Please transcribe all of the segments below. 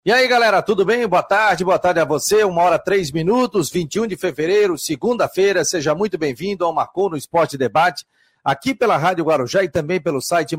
E aí, galera, tudo bem? Boa tarde a você. 1h03, 21 de fevereiro, segunda-feira. Seja muito bem-vindo ao Marcou no Esporte Debate, aqui pela Rádio Guarujá e também pelo site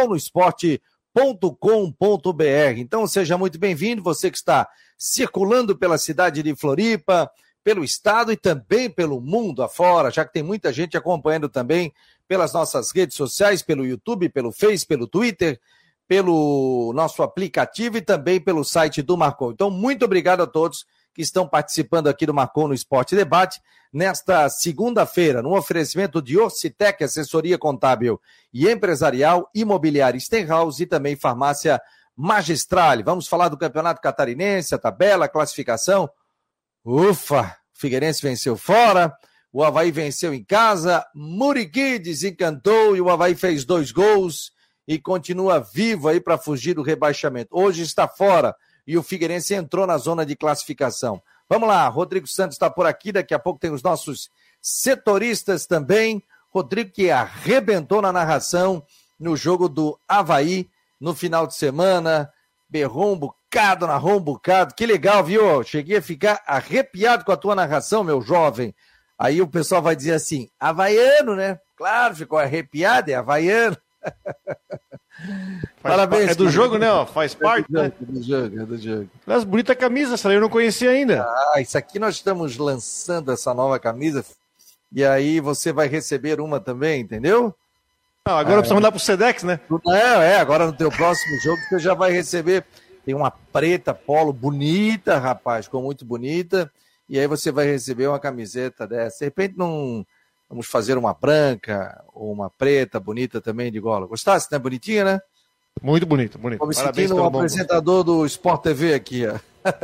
marconosport.com.br. Então, seja muito bem-vindo, você que está circulando pela cidade de Floripa, pelo estado e também pelo mundo afora, já que tem muita gente acompanhando também pelas nossas redes sociais, pelo YouTube, pelo Face, pelo Twitter, pelo nosso aplicativo e também pelo site do Marcou. Então, muito obrigado a todos que estão participando aqui do Marcou no Esporte Debate, nesta segunda-feira, no oferecimento de Orcitec, assessoria contábil e empresarial, imobiliária Stenhouse e também farmácia Magistrale. Vamos falar do Campeonato Catarinense, a tabela, a classificação. Ufa, o Figueirense venceu fora, o Avaí venceu em casa, Muriqui desencantou e o Avaí fez 2 gols e continua vivo aí para fugir do rebaixamento. Hoje está fora e o Figueirense entrou na zona de classificação. Vamos lá, Rodrigo Santos está por aqui, daqui a pouco tem os nossos setoristas também. Rodrigo que arrebentou na narração no jogo do Avaí no final de semana, berrou um bocado, narrou um bocado, que legal, viu? Cheguei a ficar arrepiado com a tua narração, meu jovem. Aí o pessoal vai dizer assim, havaiano, né? Claro, ficou arrepiado, é havaiano. Parabéns. É do jogo, né? Faz parte, né? É do jogo. Mas bonita camisa, essa aí eu não conhecia ainda. Ah, isso aqui nós estamos lançando essa nova camisa e aí você vai receber uma também, entendeu? Ah, agora precisa mandar pro Sedex, né? Agora no teu próximo jogo você já vai receber. Tem uma preta polo bonita, rapaz, ficou muito bonita. E aí você vai receber uma camiseta dessa. De repente não... Vamos fazer uma branca ou uma preta bonita também de gola. Gostasse, né? Bonitinha, né? Muito bonito. Estou me sentindo um apresentador do Sport TV aqui, ó.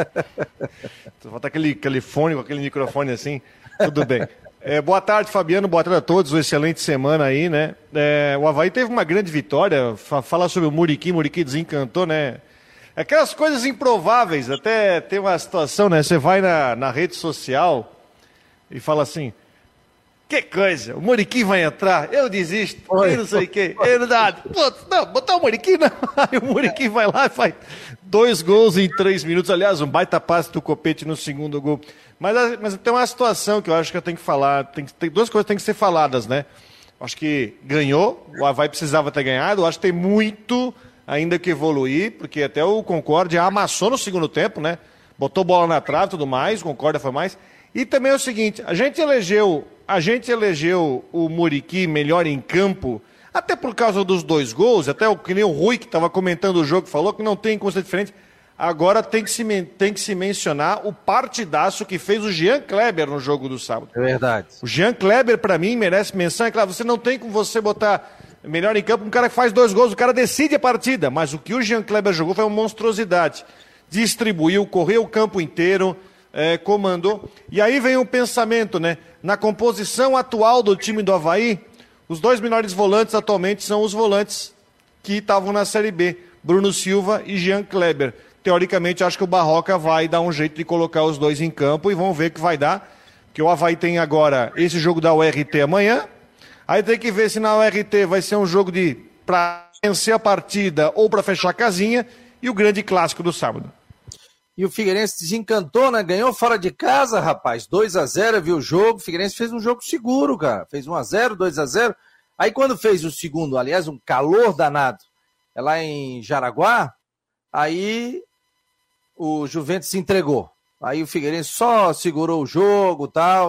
Falta aquele fone com aquele microfone assim. Tudo bem. Boa tarde, Fabiano. Boa tarde a todos. Uma excelente semana aí, né? O Avaí teve uma grande vitória. Falar sobre o Muriqui desencantou, né? Aquelas coisas improváveis. Até tem uma situação, né? Você vai na rede social e fala assim... Que coisa, o Muriqui vai entrar, eu desisto, eu não sei o que, não, botar o Muriqui não, aí o Muriqui vai lá e faz 2 gols em 3 minutos, aliás, um baita passe do Copete no segundo gol, mas tem uma situação que eu acho que eu tenho que falar, tem 2 coisas que tem que ser faladas, né, acho que ganhou, o Avaí precisava ter ganhado, acho que tem muito ainda que evoluir, porque até o Concórdia amassou no segundo tempo, né, botou bola na trave e tudo mais, o Concórdia foi mais, e também é o seguinte, a gente elegeu o Muriqui melhor em campo, até por causa dos 2 gols, até que nem o Rui, que estava comentando o jogo, falou que não tem como ser diferente. Agora tem que se mencionar o partidaço que fez o Jean Kleber no jogo do sábado. É verdade. O Jean Kleber, para mim, merece menção. É claro, você não tem como você botar melhor em campo um cara que faz 2 gols, o cara decide a partida. Mas o que o Jean Kleber jogou foi uma monstruosidade. Distribuiu, correu o campo inteiro, comandou. E aí vem um pensamento, né? Na composição atual do time do Avaí, os 2 melhores volantes atualmente são os volantes que estavam na Série B, Bruno Silva e Jean Kleber. Teoricamente, acho que o Barroca vai dar um jeito de colocar os 2 em campo e vamos ver o que vai dar, porque o Avaí tem agora esse jogo da URT amanhã, aí tem que ver se na URT vai ser um jogo para vencer a partida ou para fechar a casinha, e o grande clássico do sábado. E o Figueirense desencantou, né? Ganhou fora de casa, rapaz. 2-0, viu o jogo. O Figueirense fez um jogo seguro, cara. Fez 1-0, 2-0. Aí quando fez o segundo, aliás, um calor danado, lá em Jaraguá, aí o Juventus se entregou. Aí o Figueirense só segurou o jogo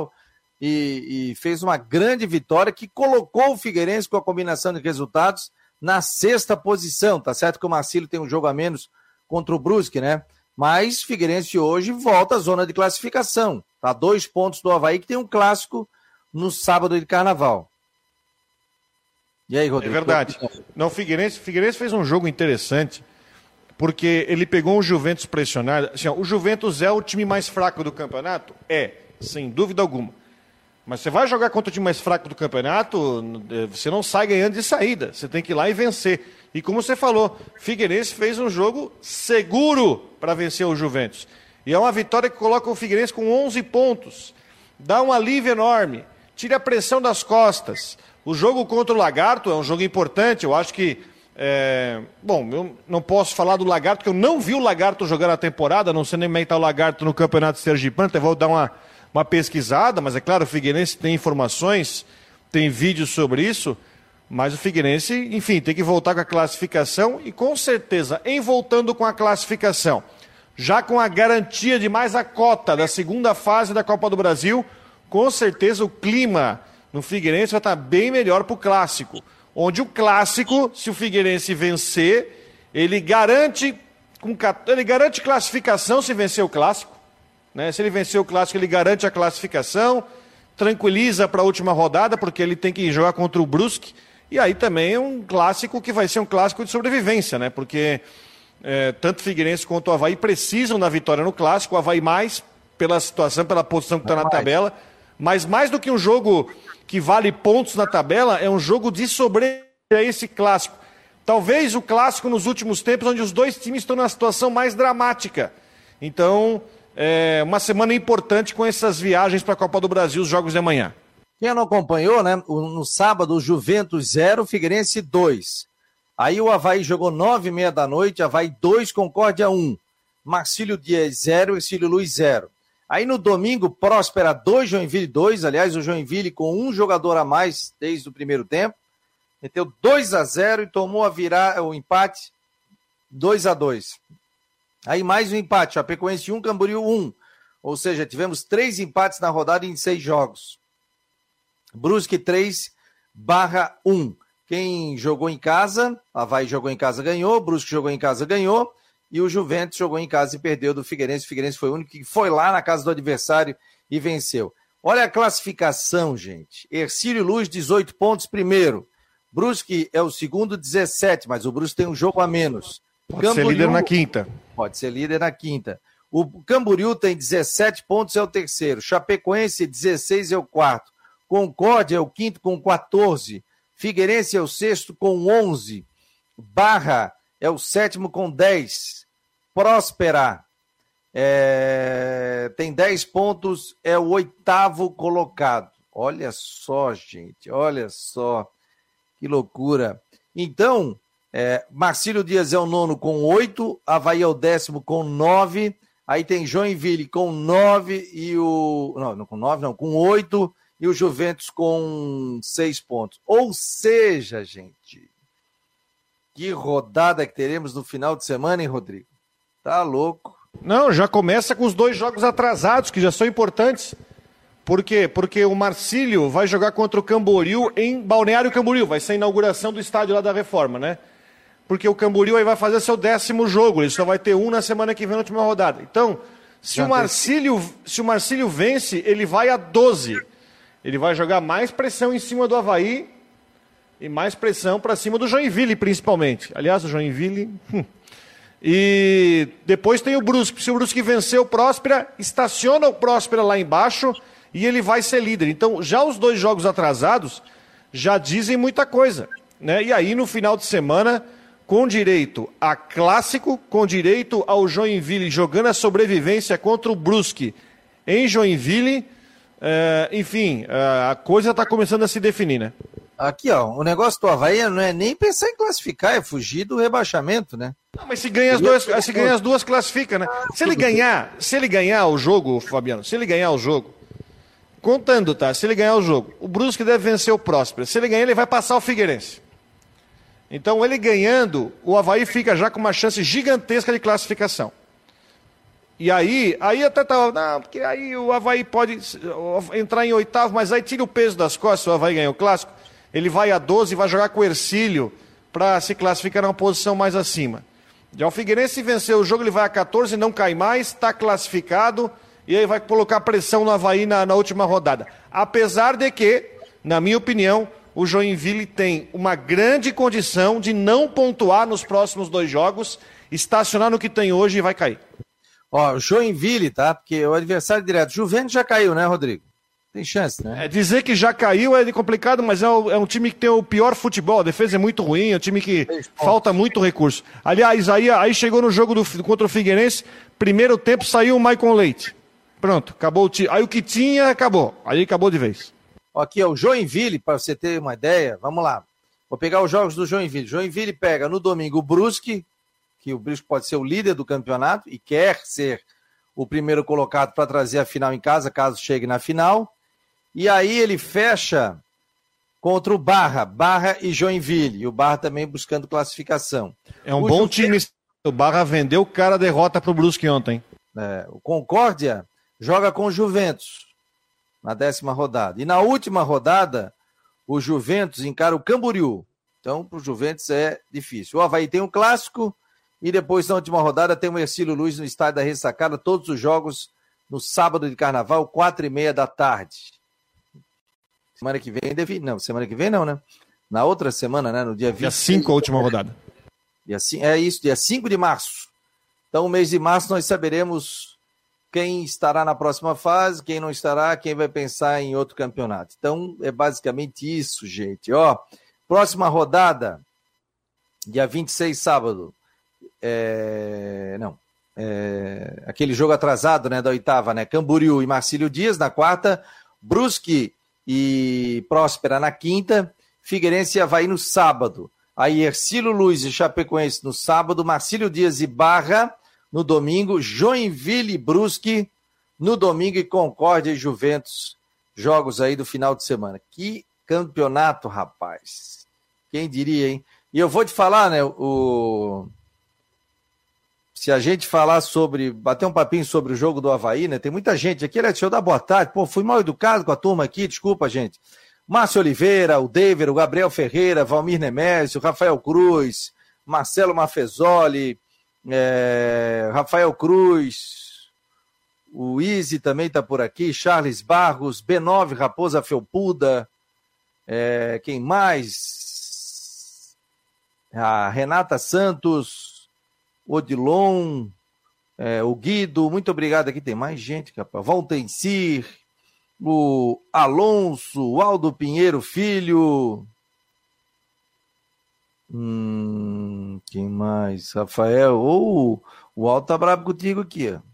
e fez uma grande vitória que colocou o Figueirense com a combinação de resultados na 6ª posição. Tá certo que o Marcílio tem um jogo a menos contra o Brusque, né? Mas Figueirense hoje volta à zona de classificação. Tá 2 pontos do Avaí, que tem um clássico no sábado de Carnaval. E aí, Rodrigo? É verdade. Não, Figueirense fez um jogo interessante, porque ele pegou o Juventus pressionado. Assim, o Juventus é o time mais fraco do campeonato? Sem dúvida alguma. Mas você vai jogar contra o time mais fraco do campeonato, você não sai ganhando de saída. Você tem que ir lá e vencer. E como você falou, Figueirense fez um jogo seguro para vencer o Juventus. E é uma vitória que coloca o Figueirense com 11 pontos. Dá um alívio enorme. Tira a pressão das costas. O jogo contra o Lagarto é um jogo importante. Eu acho que Bom, eu não posso falar do Lagarto, porque eu não vi o Lagarto jogar na temporada, não sei nem como é que tá o Lagarto no Campeonato Sergipano, até vou dar uma pesquisada, mas é claro, o Figueirense tem informações, tem vídeos sobre isso, mas o Figueirense, enfim, tem que voltar com a classificação e com certeza, em voltando com a classificação, já com a garantia de mais a cota da segunda fase da Copa do Brasil, com certeza o clima no Figueirense vai estar bem melhor para o Clássico. Onde o Clássico, se o Figueirense vencer, ele garante classificação se vencer o Clássico. Né? Se ele vencer o Clássico, ele garante a classificação, tranquiliza para a última rodada, porque ele tem que jogar contra o Brusque. E aí também é um Clássico que vai ser um Clássico de sobrevivência, né? Porque tanto o Figueirense quanto o Avaí precisam da vitória no Clássico, o Avaí mais pela situação, pela posição que está na tabela, mas mais do que um jogo que vale pontos na tabela, é um jogo de sobrevivência a esse Clássico. Talvez o Clássico nos últimos tempos, onde os dois times estão na situação mais dramática. Então, uma semana importante com essas viagens para a Copa do Brasil, os jogos de amanhã. Quem não acompanhou, né? No sábado, o Juventus 0, Figueirense 2. Aí o Avaí jogou 9h30 da noite, Avaí 2, Concórdia 1. Marcílio Dias 0, Ercílio Luiz 0. Aí no domingo, Próspera 2, Joinville 2. Aliás, o Joinville com um jogador a mais desde o primeiro tempo. Meteu 2-0 e tomou o empate 2-2. Aí mais um empate, Chapecoense 1, Camboriú 1. Ou seja, tivemos 3 empates na rodada em 6 jogos. Brusque 3/1. Quem jogou em casa, Avaí jogou em casa, ganhou. Brusque jogou em casa, ganhou. E o Juventus jogou em casa e perdeu do Figueirense. O Figueirense foi o único que foi lá na casa do adversário e venceu. Olha a classificação, gente. Ercílio Luz, 18 pontos, primeiro. Brusque é o segundo, 17, mas o Brusque tem um jogo a menos. Pode ser líder na quinta. Pode ser líder na quinta. O Camboriú tem 17 pontos, é o terceiro. Chapecoense, 16, é o quarto. Concórdia é o quinto com 14. Figueirense é o sexto com 11. Barra é o sétimo com 10. Próspera tem 10 pontos, é o oitavo colocado. Olha só, gente, olha só. Que loucura. Então, Marcílio Dias é o nono com 8, Avaí é o 10º com 9, aí tem Joinville com 9 e o... Não, com 9 não, com 8 e o Juventus com 6 pontos. Ou seja, gente, que rodada que teremos no final de semana, hein, Rodrigo? Tá louco. Não, já começa com os 2 jogos atrasados, que já são importantes. Por quê? Porque o Marcílio vai jogar contra o Camboriú em Balneário Camboriú. Vai ser a inauguração do estádio lá da Reforma, né? Porque o Camboriú aí vai fazer seu 10º jogo. Ele só vai ter um na semana que vem, na última rodada. Então, se o Marcílio vence, ele vai a 12. Ele vai jogar mais pressão em cima do Avaí e mais pressão para cima do Joinville, principalmente. Aliás, o Joinville... E depois tem o Brusque. Se o Brusque vencer o Próspera, estaciona o Próspera lá embaixo e ele vai ser líder. Então, já os 2 jogos atrasados já dizem muita coisa, né? E aí, no final de semana, com direito a clássico, com direito ao Joinville jogando a sobrevivência contra o Brusque em Joinville, enfim, a coisa está começando a se definir, né? Aqui, ó, o negócio do Avaí não é nem pensar em classificar, é fugir do rebaixamento, né? Não, mas se ganha as duas, classifica, né? Se ele ganhar o jogo, Fabiano, se ele ganhar o jogo, contando, tá? Se ele ganhar o jogo, o Brusque deve vencer o Próspera. Se ele ganhar, ele vai passar o Figueirense. Então, ele ganhando, o Avaí fica já com uma chance gigantesca de classificação. E aí até tava, não, porque aí o Avaí pode entrar em 8º, mas aí tira o peso das costas, o Avaí ganha o clássico, ele vai a 12 e vai jogar com o Ercílio para se classificar numa posição mais acima. Já o Figueirense, se vencer o jogo, ele vai a 14, não cai mais, está classificado, e aí vai colocar pressão no Avaí na última rodada. Apesar de que, na minha opinião, o Joinville tem uma grande condição de não pontuar nos próximos 2 jogos, estacionar no que tem hoje e vai cair. Ó, Joinville, tá? Porque o adversário direto, Juventus já caiu, né, Rodrigo? Tem chance, né? Dizer que já caiu é complicado, mas é um time que tem o pior futebol, a defesa é muito ruim, é um time que falta muito recurso. Aliás, aí chegou no jogo contra o Figueirense, primeiro tempo saiu o Maicon Leite. Pronto, acabou o time. Aí o que tinha, acabou. Aí acabou de vez. Aqui é o Joinville, para você ter uma ideia, vamos lá. Vou pegar os jogos do Joinville. Joinville pega no domingo o Brusque, que o Brusque pode ser o líder do campeonato e quer ser o primeiro colocado para trazer a final em casa, caso chegue na final. E aí ele fecha contra o Barra e Joinville. E o Barra também buscando classificação. É um bom time. O Barra vendeu o cara a derrota para o Brusque ontem. O Concórdia joga com o Juventus na 10ª rodada. E na última rodada, o Juventus encara o Camboriú. Então, para o Juventus é difícil. O Avaí tem um clássico e depois, na última rodada, tem o Hercílio Luz no Estádio da Ressacada. Todos os jogos no sábado de Carnaval, 4h30 p.m. Semana que vem, não, semana que vem não, né? Na outra semana, né? No dia 20. Dia 5, a última rodada. Dia 5 de março. Então, no mês de março, nós saberemos quem estará na próxima fase, quem não estará, quem vai pensar em outro campeonato. Então, é basicamente isso, gente. Ó, próxima rodada, dia 26, sábado. Aquele jogo atrasado, né, da 8ª, né? Camboriú e Marcílio Dias na 4ª, Brusque e Próspera na 5ª, Figueirense e Avaí no sábado. Aí Hercílio Luz e Chapecoense no sábado, Marcílio Dias e Barra no domingo, Joinville e Brusque no domingo e Concórdia e Juventus, jogos aí do final de semana. Que campeonato, rapaz! Quem diria, hein? E eu vou te falar, né, se a gente falar bater um papinho sobre o jogo do Avaí, né, tem muita gente aqui, deixa eu dar boa tarde, fui mal educado com a turma aqui, desculpa, gente. Márcio Oliveira, o David, o Gabriel Ferreira, Valmir Nemésio, Rafael Cruz, Marcelo Mafezoli, Rafael Cruz, o Izzy também está por aqui, Charles Barros, B9, Raposa Felpuda, quem mais? A Renata Santos, Odilon, o Guido, muito obrigado, aqui tem mais gente, capaz. Valtencir, o Alonso, o Aldo Pinheiro Filho, quem mais? Rafael, o Aldo tá bravo contigo aqui, ó.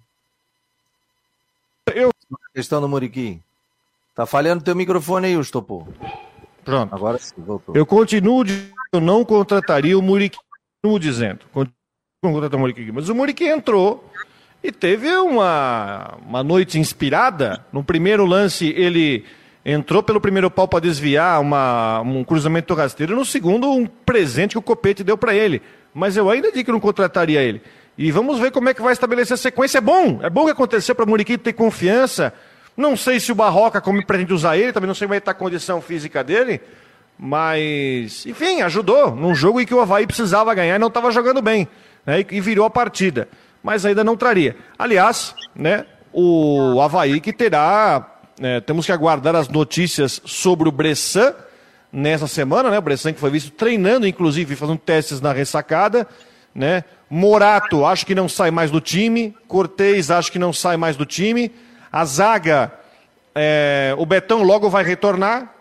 Questão do Muriqui. Tá falhando teu microfone aí, Estopô. Pronto. Agora sim, voltou. Eu continuo dizendo, eu não contrataria o Muriqui, continuo dizendo. Não contratar o Muriqui, mas o Muriqui entrou e teve uma noite inspirada. No primeiro lance, ele entrou pelo primeiro pau para desviar um cruzamento rasteiro. No segundo, um presente que o Copete deu para ele. Mas eu ainda digo que não contrataria ele. E vamos ver como é que vai estabelecer a sequência. É bom que aconteceu para o Muriqui ter confiança. Não sei se o Barroca como pretende usar ele, também não sei como vai estar a condição física dele. Mas, enfim, ajudou num jogo em que o Avaí precisava ganhar e não estava jogando bem, né, e virou a partida. Mas ainda não traria. Aliás, né, o Avaí que terá... temos que aguardar as notícias sobre o Bressan nessa semana, né? O Bressan que foi visto treinando, inclusive, fazendo testes na ressacada, né? Morato, acho que não sai mais do time. Cortez, acho que não sai mais do time. A zaga, o Betão logo vai retornar,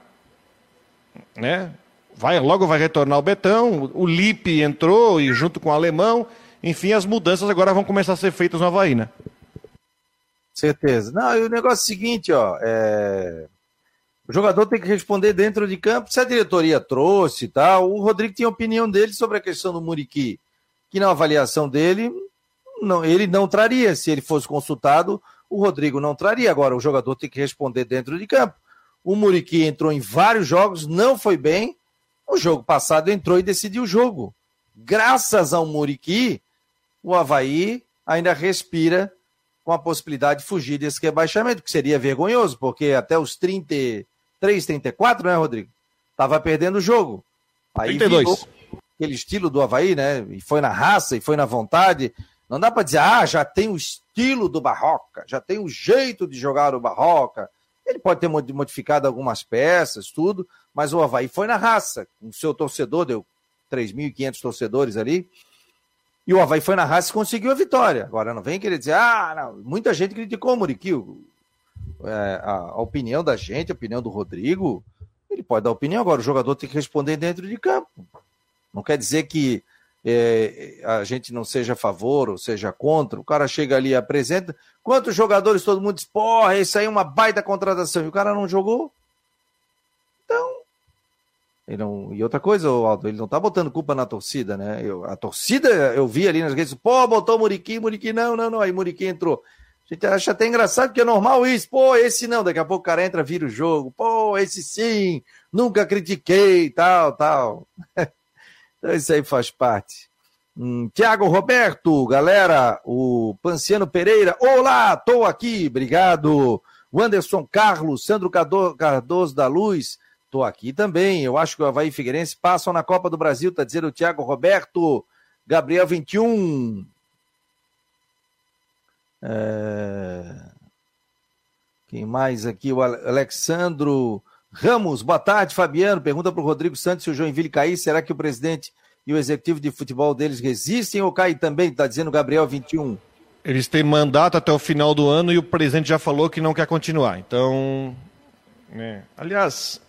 né? Logo vai retornar o Betão. O Lipe entrou e junto com o Alemão. Enfim, as mudanças agora vão começar a ser feitas no Avaí, né? Certeza. Não, e o negócio é o seguinte, ó, o jogador tem que responder dentro de campo, se a diretoria trouxe e tal. O Rodrigo tinha opinião dele sobre a questão do Muriqui, que na avaliação dele, ele não traria. Se ele fosse consultado, o Rodrigo não traria. Agora, o jogador tem que responder dentro de campo. O Muriqui entrou em vários jogos, não foi bem. O jogo passado entrou e decidiu o jogo. Graças ao Muriqui, o Avaí ainda respira com a possibilidade de fugir desse rebaixamento, que seria vergonhoso, porque até os 33, 34, né, Rodrigo? Tava perdendo o jogo. Aí 32. Virou aquele estilo do Avaí, né? E foi na raça, e foi na vontade. Não dá para dizer, já tem o estilo do Barroca, já tem o jeito de jogar o Barroca. Ele pode ter modificado algumas peças, tudo, mas o Avaí foi na raça. O seu torcedor deu 3.500 torcedores ali. E o Avaí foi na raça e conseguiu a vitória. Agora não vem querer dizer, não. Muita gente criticou o Muriqui. A opinião da gente, a opinião do Rodrigo, ele pode dar opinião. Agora o jogador tem que responder dentro de campo. Não quer dizer que a gente não seja a favor ou seja contra. O cara chega ali e apresenta. Quantos jogadores todo mundo diz, porra, isso aí é uma baita contratação. E o cara não jogou. Então, E outra coisa, Aldo, ele não tá botando culpa na torcida, né? A torcida, eu vi ali nas redes, pô, botou o Muriqui, não, aí Muriqui entrou. A gente acha até engraçado, porque é normal isso, pô, esse não, daqui a pouco o cara entra, vira o jogo, pô, esse sim, nunca critiquei, tal. Então isso aí faz parte. Tiago Roberto, galera, o Panciano Pereira, olá, tô aqui, obrigado. O Anderson Carlos, Sandro Cardoso da Luz, tô aqui também. Eu acho que o Avaí e Figueirense passam na Copa do Brasil, tá dizendo o Tiago Roberto. Gabriel 21. Quem mais aqui? O Alexandro Ramos, boa tarde, Fabiano. Pergunta pro Rodrigo Santos se o Joinville cair, será que o presidente e o executivo de futebol deles resistem ou caem também? Tá dizendo o Gabriel 21. Eles têm mandato até o final do ano e o presidente já falou que não quer continuar. Então, aliás,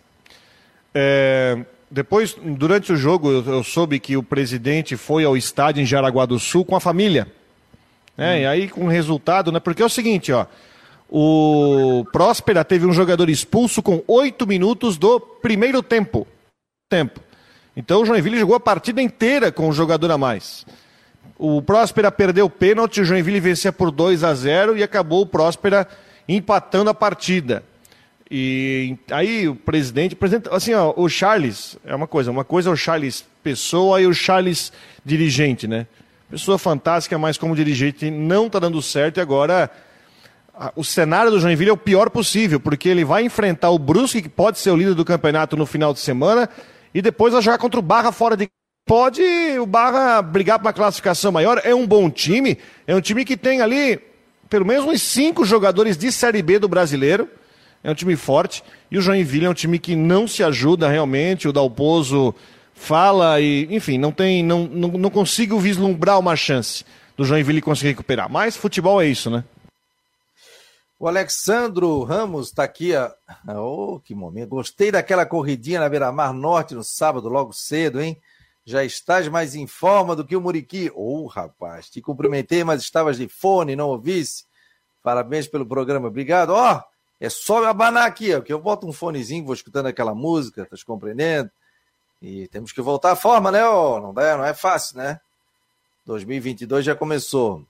depois, durante o jogo, eu soube que o presidente foi ao estádio em Jaraguá do Sul com a família. E aí, com o resultado, porque é o seguinte, ó, o Próspera teve um jogador expulso com 8 minutos do primeiro tempo. Então, o Joinville jogou a partida inteira com um jogador a mais. O Próspera perdeu o pênalti, o Joinville vencia por 2-0 e acabou o Próspera empatando a partida. E aí o presidente, assim, ó, o Charles, uma coisa é o Charles pessoa e o Charles dirigente, né? Pessoa fantástica, mas como dirigente não está dando certo e agora o cenário do Joinville é o pior possível, porque ele vai enfrentar o Brusque, que pode ser o líder do campeonato no final de semana, e depois vai jogar contra o Barra fora de... Pode o Barra brigar por uma classificação maior, é um bom time, é um time que tem ali pelo menos uns 5 jogadores de Série B do Brasileiro, é um time forte, e o Joinville é um time que não se ajuda realmente, o Dalpozo fala e, enfim, não consigo vislumbrar uma chance do Joinville conseguir recuperar, mas futebol é isso, né? O Alexandro Ramos está aqui, que momento, gostei daquela corridinha na Beira-Mar Norte no sábado, logo cedo, hein? Já estás mais em forma do que o Muriqui. Rapaz, te cumprimentei, mas estavas de fone, não ouvisse. Parabéns pelo programa, obrigado. É só me abanar aqui, que eu boto um fonezinho, vou escutando aquela música, estás compreendendo? E temos que voltar à forma, né? Não é fácil, né? 2022 já começou.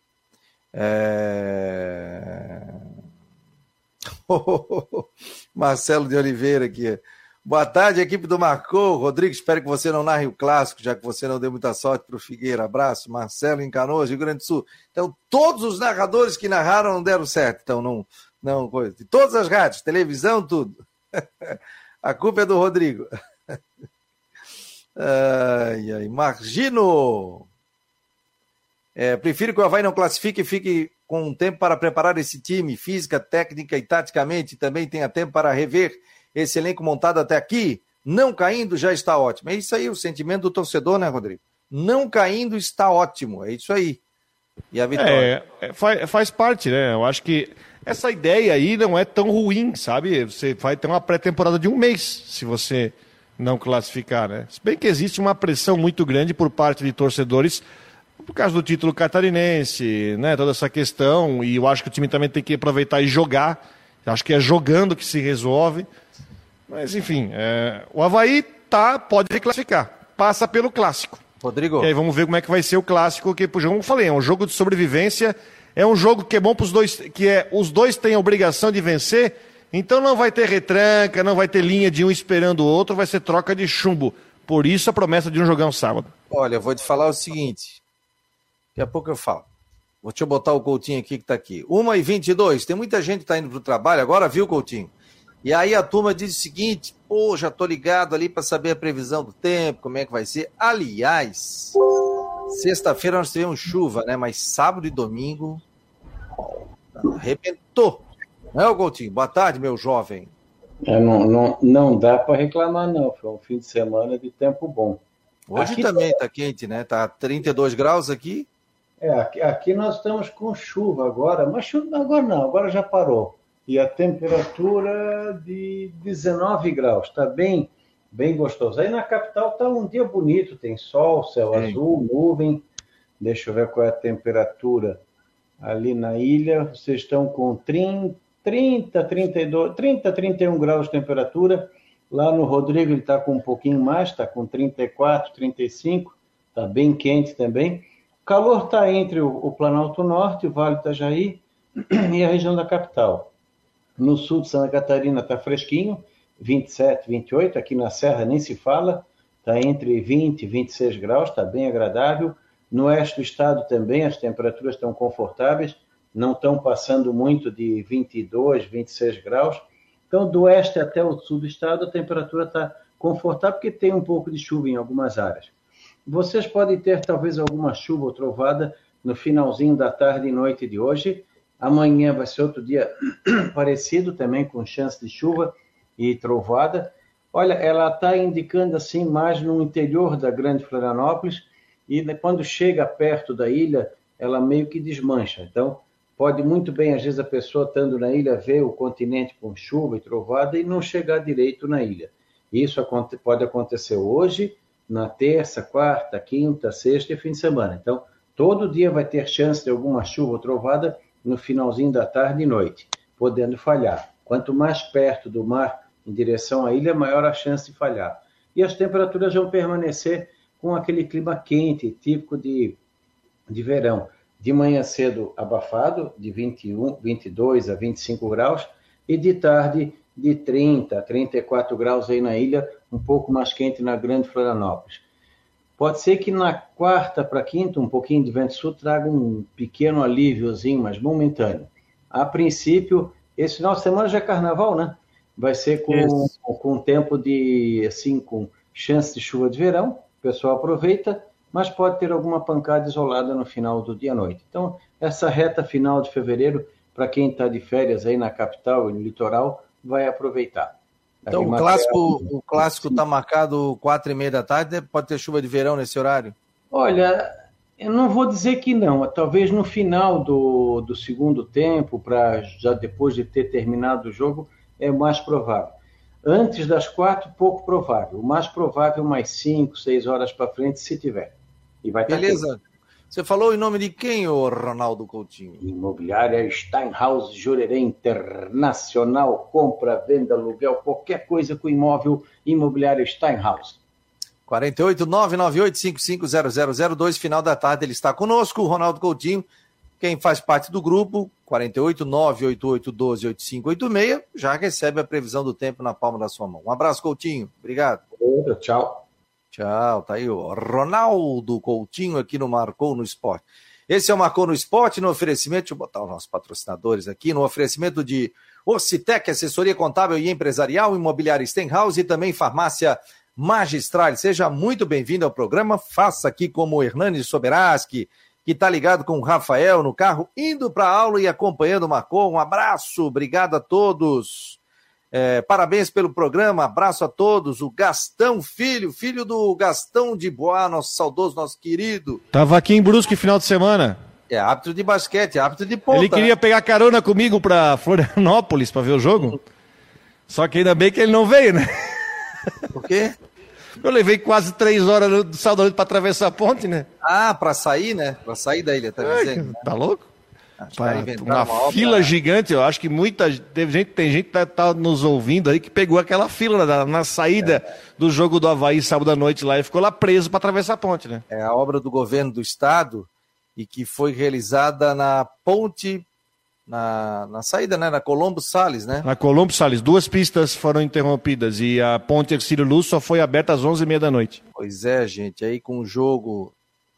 Marcelo de Oliveira aqui. Boa tarde, equipe do Marcou. Rodrigo, espero que você não narre o clássico, já que você não deu muita sorte para o Figueira. Abraço. Marcelo em Canoas, Rio Grande do Sul. Então, todos os narradores que narraram não deram certo. Então, não coisa. De todas as rádios, televisão, tudo. A culpa é do Rodrigo. Margino. Prefiro que o Avaí não classifique e fique com um tempo para preparar esse time, física, técnica e taticamente. Também tenha tempo para rever esse elenco montado até aqui. Não caindo já está ótimo. É isso aí, o sentimento do torcedor, né, Rodrigo? Não caindo está ótimo. É isso aí. E a vitória? Faz parte, né? Eu acho que essa ideia aí não é tão ruim, sabe? Você vai ter uma pré-temporada de um mês, se você não classificar, né? Se bem que existe uma pressão muito grande por parte de torcedores por causa do título catarinense, né? Toda essa questão, e eu acho que o time também tem que aproveitar e jogar. Eu acho que é jogando que se resolve. Mas, enfim, o Avaí pode classificar. Passa pelo clássico. Rodrigo. E aí vamos ver como é que vai ser o clássico, que, como eu falei, é um jogo de sobrevivência, é um jogo que é bom para os dois, os dois têm a obrigação de vencer, então não vai ter retranca, não vai ter linha de um esperando o outro, vai ser troca de chumbo. Por isso a promessa de um jogão sábado. Olha, eu vou te falar o seguinte, daqui a pouco eu falo. Deixa eu botar o Coutinho aqui que está aqui. 1h22, tem muita gente que está indo para o trabalho agora, viu, Coutinho? E aí a turma diz o seguinte, já estou ligado ali para saber a previsão do tempo, como é que vai ser. Aliás, sexta-feira nós tivemos chuva, né? Mas sábado e domingo arrebentou. Não é, Coutinho? Boa tarde, meu jovem. Não dá para reclamar, não. Foi um fim de semana de tempo bom. Hoje aqui também está quente, né? Está 32 graus aqui. Aqui nós estamos com chuva agora, mas chuva agora não, agora já parou. E a temperatura de 19 graus, está bem gostoso. Aí na capital está um dia bonito, tem sol, céu azul, nuvem. Deixa eu ver qual é a temperatura. Ali na ilha, vocês estão com 31 graus de temperatura. Lá no Rodrigo ele está com um pouquinho mais, está com 34, 35, está bem quente também. O calor está entre o Planalto Norte, o Vale do Itajaí e a região da capital. No sul de Santa Catarina está fresquinho, 27, 28, aqui na Serra nem se fala, está entre 20 e 26 graus, está bem agradável. No oeste do estado também as temperaturas estão confortáveis, não estão passando muito de 22, 26 graus. Então, do oeste até o sul do estado, a temperatura está confortável, porque tem um pouco de chuva em algumas áreas. Vocês podem ter talvez alguma chuva ou trovada no finalzinho da tarde e noite de hoje. Amanhã vai ser outro dia parecido, também com chance de chuva e trovada. Olha, ela está indicando assim mais no interior da Grande Florianópolis, e quando chega perto da ilha, ela meio que desmancha. Então, pode muito bem, às vezes, a pessoa estando na ilha, ver o continente com chuva e trovada e não chegar direito na ilha. Isso pode acontecer hoje, na terça, quarta, quinta, sexta e fim de semana. Então, todo dia vai ter chance de alguma chuva ou trovada no finalzinho da tarde e noite, podendo falhar. Quanto mais perto do mar, em direção à ilha, maior a chance de falhar. E as temperaturas vão permanecer com aquele clima quente, típico de verão. De manhã cedo abafado, de 21, 22 a 25 graus, e de tarde de 30 a 34 graus aí na ilha, um pouco mais quente na Grande Florianópolis. Pode ser que na quarta para quinta, um pouquinho de vento sul traga um pequeno alíviozinho, mas momentâneo. A princípio, esse final de semana já é carnaval, né? Vai ser com tempo de, assim, com chance de chuva de verão, o pessoal aproveita, mas pode ter alguma pancada isolada no final do dia à noite. Então, essa reta final de fevereiro, para quem está de férias aí na capital e no litoral, vai aproveitar. Então, o clássico está marcado 4h30 da tarde, pode ter chuva de verão nesse horário? Olha, eu não vou dizer que não, talvez no final do segundo tempo, já depois de ter terminado o jogo, é mais provável. Antes das 4, pouco provável. O mais provável, mais 5, 6 horas para frente, se tiver. E vai Beleza. Você falou em nome de quem, ô Ronaldo Coutinho? Imobiliária Steinhaus Jurerê Internacional, compra, venda, aluguel, qualquer coisa com imóvel, Imobiliária Steinhaus. 48-998-550002, final da tarde ele está conosco, o Ronaldo Coutinho, quem faz parte do grupo, 48-988-12-8586, já recebe a previsão do tempo na palma da sua mão. Um abraço, Coutinho. Obrigado. Tchau. Tchau, tá aí o Ronaldo Coutinho aqui no Marcou no Esporte. Esse é o Marcou no Esporte, no oferecimento, deixa eu botar os nossos patrocinadores aqui, no oferecimento de Ocitec, assessoria contábil e empresarial, imobiliária Stenhouse e também farmácia Magistral. Seja muito bem-vindo ao programa, faça aqui como o Hernani Soberaski, que está ligado com o Rafael no carro, indo para a aula e acompanhando o Marcou. Um abraço, obrigado a todos. Parabéns pelo programa, abraço a todos. O Gastão filho do Gastão de Boa, nosso saudoso, nosso querido. Tava aqui em Brusque final de semana. É árbitro de basquete, árbitro de ponta. Ele queria pegar carona comigo pra Florianópolis pra ver o jogo. Só que ainda bem que ele não veio, né? Por quê? Eu levei quase 3 horas do sábado à noite pra atravessar a ponte, né? Ah, pra sair, né? Pra sair da ilha, tá dizendo? Tá louco? Uma fila gigante, eu acho que tem gente que tá nos ouvindo aí que pegou aquela fila na saída do jogo do Avaí sábado à noite lá e ficou lá preso para atravessar a ponte, né? É a obra do governo do estado e que foi realizada na ponte, na saída, né? Na Colombo Salles, né? Na Colombo Salles, 2 pistas foram interrompidas e a ponte Ercílio Luz só foi aberta às 11h30 da noite. Pois é, gente, aí com o jogo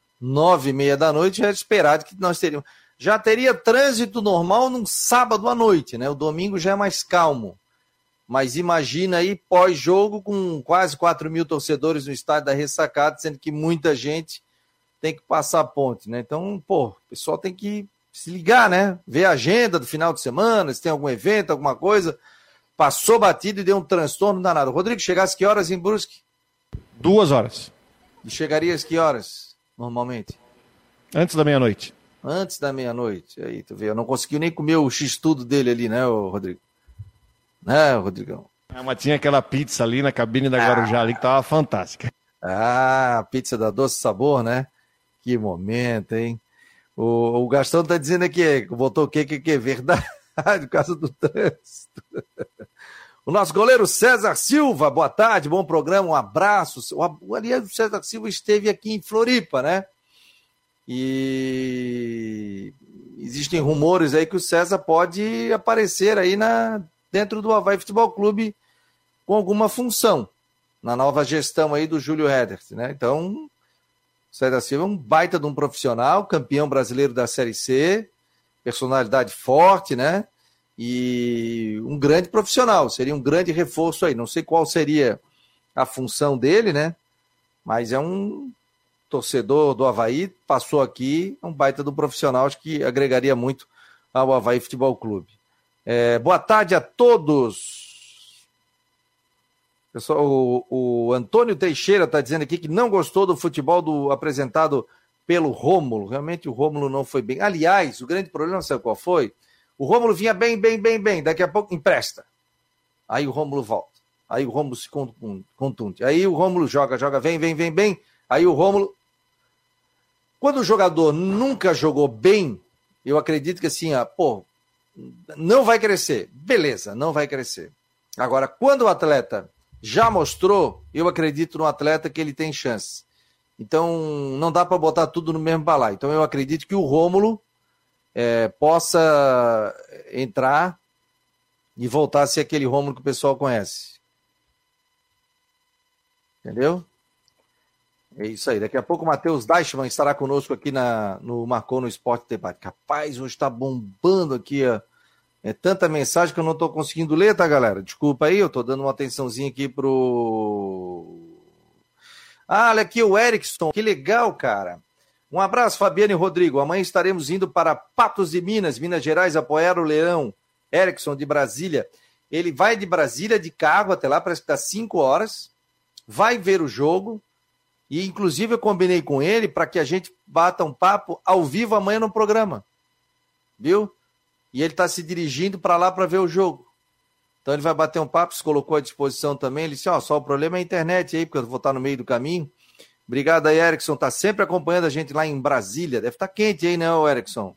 9h30 da noite já era esperado que nós teríamos... Já teria trânsito normal num sábado à noite, né? O domingo já é mais calmo. Mas imagina aí pós-jogo com quase 4.000 torcedores no estádio da Ressacada, sendo que muita gente tem que passar a ponte, né? Então, o pessoal tem que se ligar, né? Ver a agenda do final de semana, se tem algum evento, alguma coisa. Passou batido e deu um transtorno danado. Rodrigo, chegasse que horas em Brusque? 2 horas. E chegaria às que horas, normalmente? Antes da meia-noite. Antes da meia-noite. Aí, tu vê, eu não consegui nem comer o x-tudo dele ali, né, Rodrigo? Né, Rodrigão? Mas tinha aquela pizza ali na cabine da Guarujá ali que tava fantástica. Ah, pizza da Doce Sabor, né? Que momento, hein? O Gastão tá dizendo aqui, botou o que é verdade, por causa do trânsito. O nosso goleiro César Silva, boa tarde, bom programa, um abraço. Aliás, o César Silva esteve aqui em Floripa, né? E existem rumores aí que o César pode aparecer aí dentro do Avaí Futebol Clube com alguma função na nova gestão aí do Júlio Hedert, né? Então, o César Silva é um baita de um profissional, campeão brasileiro da Série C, personalidade forte, né? E um grande profissional, seria um grande reforço aí. Não sei qual seria a função dele, né? Mas é um torcedor do Avaí, passou aqui, um baita do profissional, acho que agregaria muito ao Avaí Futebol Clube. Boa tarde a todos. Pessoal, o Antônio Teixeira está dizendo aqui que não gostou do futebol apresentado pelo Rômulo. Realmente o Rômulo não foi bem. Aliás, o grande problema, sabe qual foi? O Rômulo vinha bem. Daqui a pouco empresta. Aí o Rômulo volta. Aí o Rômulo se contunde. Aí o Rômulo joga, vem. Aí o Rômulo... Quando o jogador nunca jogou bem, eu acredito que assim, não vai crescer. Beleza, não vai crescer. Agora, quando o atleta já mostrou, eu acredito no atleta que ele tem chance. Então, não dá para botar tudo no mesmo balaio. Então, eu acredito que o Rômulo possa entrar e voltar a ser aquele Rômulo que o pessoal conhece. Entendeu? É isso aí. Daqui a pouco o Matheus Deichmann estará conosco aqui no Marcou no Esporte Debate. Rapaz, hoje está bombando aqui. É tanta mensagem que eu não estou conseguindo ler, tá, galera? Desculpa aí, eu estou dando uma atençãozinha aqui pro... olha aqui o Erickson. Que legal, cara. Um abraço, Fabiano e Rodrigo. Amanhã estaremos indo para Patos de Minas Gerais, apoiar o Leão. Erickson, de Brasília. Ele vai de Brasília de carro até lá, parece que dá 5 horas. Vai ver o jogo. E, inclusive, eu combinei com ele para que a gente bata um papo ao vivo amanhã no programa. Viu? E ele está se dirigindo para lá para ver o jogo. Então, ele vai bater um papo, se colocou à disposição também. Ele disse, só o problema é a internet aí, porque eu vou estar no meio do caminho. Obrigado aí, Erickson. Está sempre acompanhando a gente lá em Brasília. Deve estar quente aí, né, Erickson?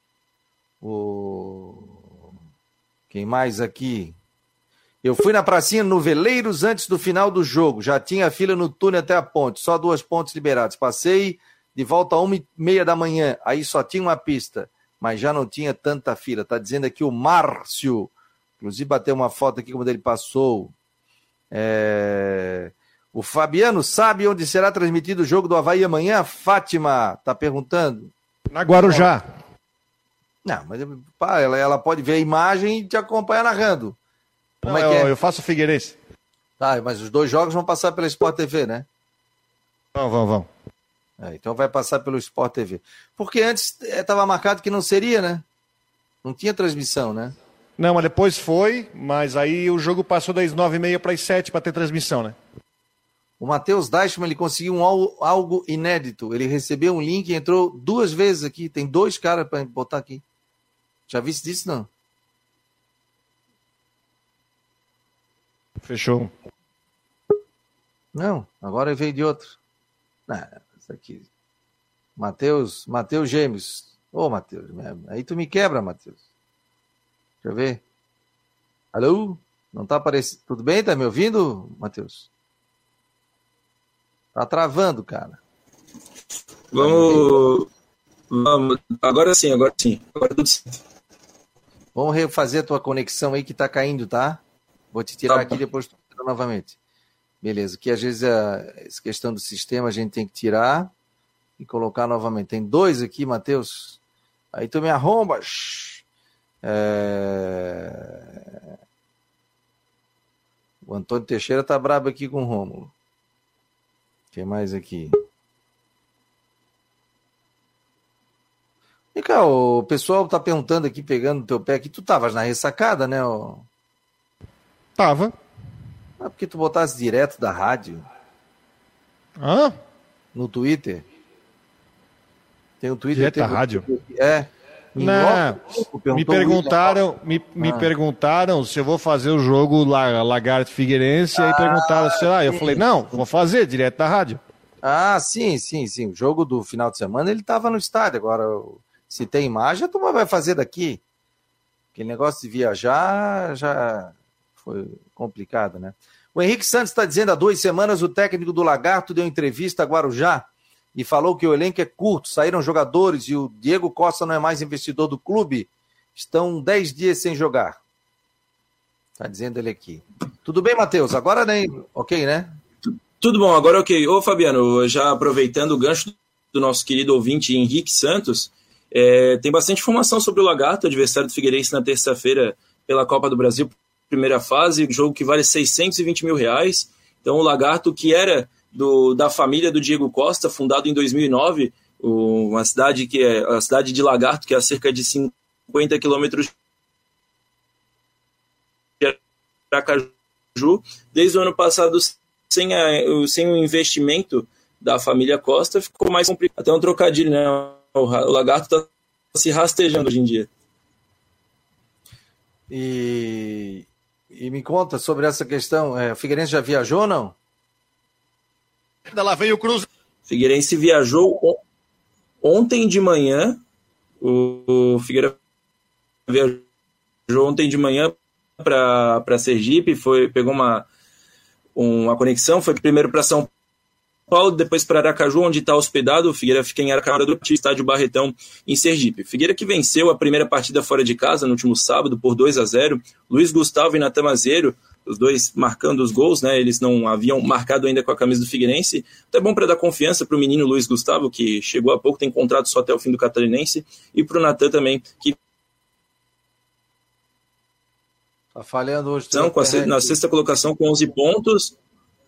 Quem mais aqui? Eu fui na pracinha no Veleiros antes do final do jogo. Já tinha fila no túnel até a ponte. Só 2 pontes liberados. Passei de volta às 1h30 da manhã. Aí só tinha uma pista. Mas já não tinha tanta fila. Tá dizendo aqui o Márcio. Inclusive bateu uma foto aqui como ele passou. O Fabiano sabe onde será transmitido o jogo do Avaí amanhã? Fátima tá perguntando. Na Guarujá. Não, mas ela pode ver a imagem e te acompanhar narrando. Como é que é? Eu faço Figueirense. Tá, mas os 2 jogos vão passar pela Sport TV, né? Vão. Então vai passar pelo Sport TV. Porque antes estava marcado que não seria, né? Não tinha transmissão, né? Não, mas depois foi, mas aí o jogo passou das 9h30 para as 7 para ter transmissão, né? O Matheus Deichmann, ele conseguiu algo inédito. Ele recebeu um link e entrou 2 vezes aqui. Tem 2 caras para botar aqui. Já viste disso, não? Fechou. Não, agora veio de outro. Isso aqui. Matheus Gêmeos. Matheus, aí tu me quebra, Matheus. Deixa eu ver. Alô? Não tá aparecendo. Tudo bem? Tá me ouvindo, Matheus? Tá travando, cara. Vamos. Agora sim. Agora tudo certo. Vamos refazer a tua conexão aí que tá caindo, tá? Vou te tirar aqui e depois tu tira novamente. Beleza, que às vezes essa questão do sistema a gente tem que tirar e colocar novamente. Tem 2 aqui, Matheus. Aí tu me arrombas. O Antônio Teixeira tá brabo aqui com o Rômulo. Quem mais aqui? E cá, o pessoal tá perguntando aqui, pegando no teu pé aqui, tu tavas na ressacada, né? Tava. Porque tu botasse direto da rádio. No Twitter. Tem um Twitter. Direto da rádio? Não. Me perguntaram se eu vou fazer o jogo Lagarto Figueirense, aí perguntaram se eu falei, não, vou fazer direto da rádio. Sim. O jogo do final de semana ele tava no estádio. Agora, se tem imagem, a turma vai fazer daqui. Aquele negócio de viajar já foi complicado, né? O Henrique Santos está dizendo, há 2 semanas o técnico do Lagarto deu entrevista a Guarujá e falou que o elenco é curto, saíram jogadores e o Diego Costa não é mais investidor do clube, estão 10 dias sem jogar. Está dizendo ele aqui. Tudo bem, Matheus? Agora nem... ok, né? Tudo bom, agora ok. Ô, Fabiano, já aproveitando o gancho do nosso querido ouvinte Henrique Santos, tem bastante informação sobre o Lagarto, adversário do Figueirense na terça-feira pela Copa do Brasil, primeira fase, jogo que vale R$620 mil. Então o Lagarto, que era da família do Diego Costa, fundado em 2009, uma cidade que é a cidade de Lagarto, que é a cerca de 50 quilômetros de Aracaju, desde o ano passado, sem o investimento da família Costa, ficou mais complicado. Até um trocadilho, né? O Lagarto está se rastejando hoje em dia. E me conta sobre essa questão, o Figueirense já viajou ou não? Lá veio o Cruz. Figueirense viajou ontem de manhã, o Figueira viajou ontem de manhã para Sergipe, pegou uma conexão, foi primeiro para São Paulo, depois para Aracaju, onde está hospedado. O Figueira fica em Aracaju, do estádio Barretão, em Sergipe. Figueira que venceu a primeira partida fora de casa no último sábado por 2-0. Luiz Gustavo e Natan Mazeiro, os dois marcando os gols, né? Eles não haviam marcado ainda com a camisa do Figueirense. Até bom para dar confiança para o menino Luiz Gustavo, que chegou há pouco, tem contrato só até o fim do Catarinense, e para o Natan também, que tá falhando hoje. Na sexta colocação com 11 pontos.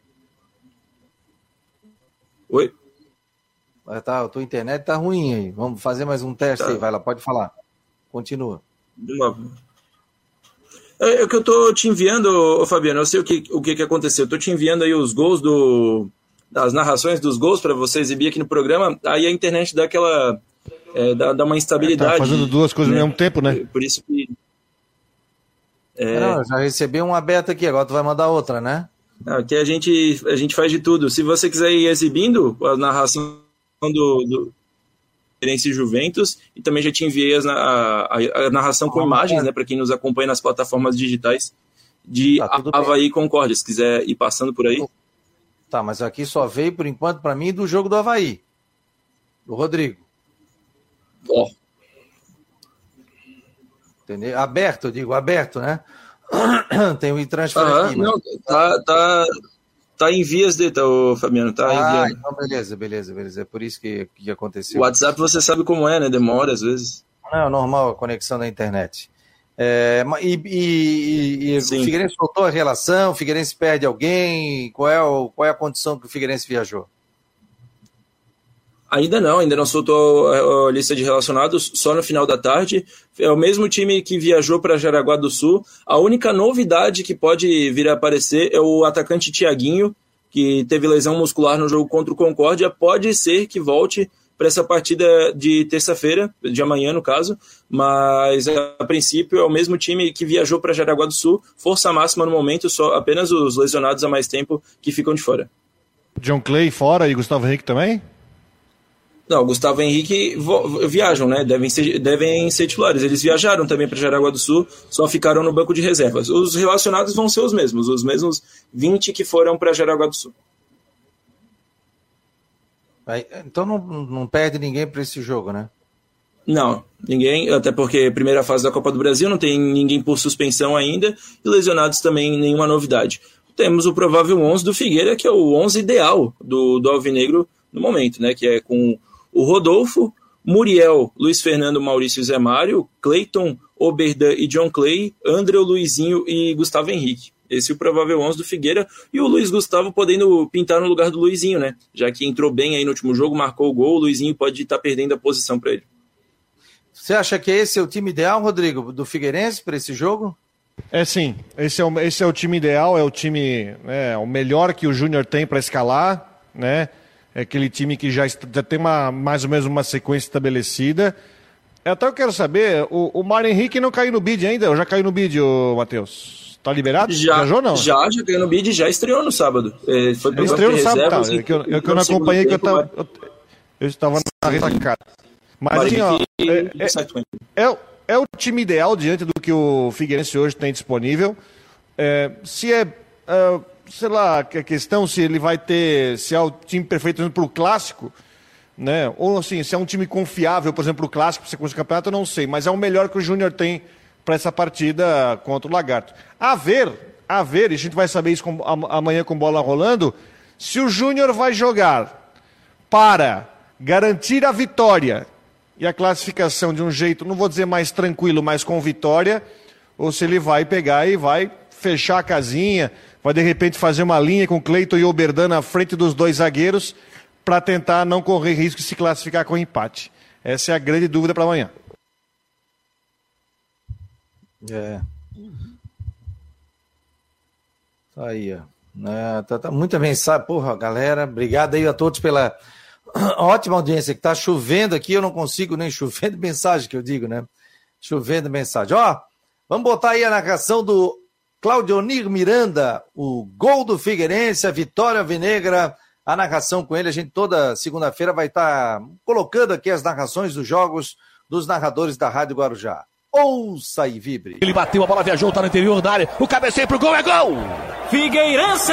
Oi? A tua internet tá ruim aí. Vamos fazer mais um teste aí, vai lá, pode falar. Continua. É o que eu tô te enviando, Fabiano, eu sei o que aconteceu. Eu tô te enviando aí os gols das narrações dos gols para você exibir aqui no programa. Aí a internet dá aquela... dá uma instabilidade. Tá fazendo duas coisas ao mesmo tempo, né? Por isso que... Não, já recebi uma beta aqui, agora tu vai mandar outra, né? Aqui a gente faz de tudo. Se você quiser ir exibindo a narração do Figueirense e Juventus, e também já te enviei a narração com imagens, né, para quem nos acompanha nas plataformas digitais de Avaí e Concórdia, se quiser ir passando por aí. Tá, mas aqui só veio, por enquanto, para mim, do jogo do Avaí, do Rodrigo. Entendeu? Aberto, eu digo, aberto, né? Tem um e-transfer aqui. Não, tá em vias de... Fabiano, tá enviando. Então beleza. É por isso que aconteceu. O WhatsApp você sabe como é, né? Demora às vezes. Não, é normal a conexão da internet. O Figueirense voltou a relação, o Figueirense perde alguém, qual é a condição que o Figueirense viajou? Ainda não soltou a lista de relacionados, só no final da tarde. É o mesmo time que viajou para Jaraguá do Sul. A única novidade que pode vir a aparecer é o atacante Thiaguinho, que teve lesão muscular no jogo contra o Concórdia. Pode ser que volte para essa partida de terça-feira, de amanhã no caso, mas a princípio é o mesmo time que viajou para Jaraguá do Sul. Força máxima no momento, só apenas os lesionados há mais tempo que ficam de fora. John Clay fora e Gustavo Henrique também? Não, Gustavo e Henrique viajam, né? Devem ser titulares. Eles viajaram também para Jaraguá do Sul, só ficaram no banco de reservas. Os relacionados vão ser os mesmos 20 que foram para Jaraguá do Sul. Então não perde ninguém para esse jogo, né? Não, ninguém, até porque primeira fase da Copa do Brasil, não tem ninguém por suspensão ainda, e lesionados também nenhuma novidade. Temos o provável 11 do Figueira, que é o 11 ideal do Alvinegro no momento, né? Que é com o Rodolfo, Muriel, Luiz Fernando, Maurício e Zé Mário, Cleiton, Oberdan e John Clay, André, Luizinho e Gustavo Henrique. Esse é o provável 11 do Figueira, e o Luiz Gustavo podendo pintar no lugar do Luizinho, né? Já que entrou bem aí no último jogo, marcou o gol, o Luizinho pode estar perdendo a posição para ele. Você acha que esse é o time ideal, Rodrigo, do Figueirense para esse jogo? Sim, esse é o time ideal, é o time, o melhor que o Júnior tem para escalar, né? É aquele time que já tem mais ou menos uma sequência estabelecida. Até eu quero saber, o Mário Henrique não caiu no bid ainda? Ou já caiu no bid, Matheus? Tá liberado? Viajou, não? Já caiu no bid e já estreou no sábado. Foi pro estreou no sábado, tá. Eu não acompanhei, que eu estava na ressacada. Mas assim, é o time ideal diante do que o Figueirense hoje tem disponível. Se é, sei lá, a questão se ele vai ter, se é o time perfeito para o Clássico, né? Ou assim, se é um time confiável, por exemplo, o Clássico, para sequência do campeonato, eu não sei, mas é o melhor que o Júnior tem para essa partida contra o Lagarto. A ver, e a gente vai saber isso amanhã com bola rolando, se o Júnior vai jogar para garantir a vitória e a classificação de um jeito, não vou dizer mais tranquilo, mas com vitória, ou se ele vai pegar e vai fechar a casinha, vai de repente fazer uma linha com Cleiton e Oberdan na frente dos dois zagueiros para tentar não correr risco de se classificar com empate. Essa é a grande dúvida para amanhã. Aí, ó. Tá muita mensagem. Porra, galera, obrigado aí a todos pela ótima audiência, que tá chovendo aqui, eu não consigo nem chover de mensagem, que eu digo, né? Chovendo mensagem. Ó, vamos botar aí a narração do Claudionir Miranda, o gol do Figueirense, a vitória alvinegra, a narração com ele. A gente toda segunda-feira vai estar colocando aqui as narrações dos jogos dos narradores da Rádio Guarujá. Ouça e vibre. Ele bateu, a bola viajou, tá no interior da área, o cabeceio pro gol, é gol! Figueirense!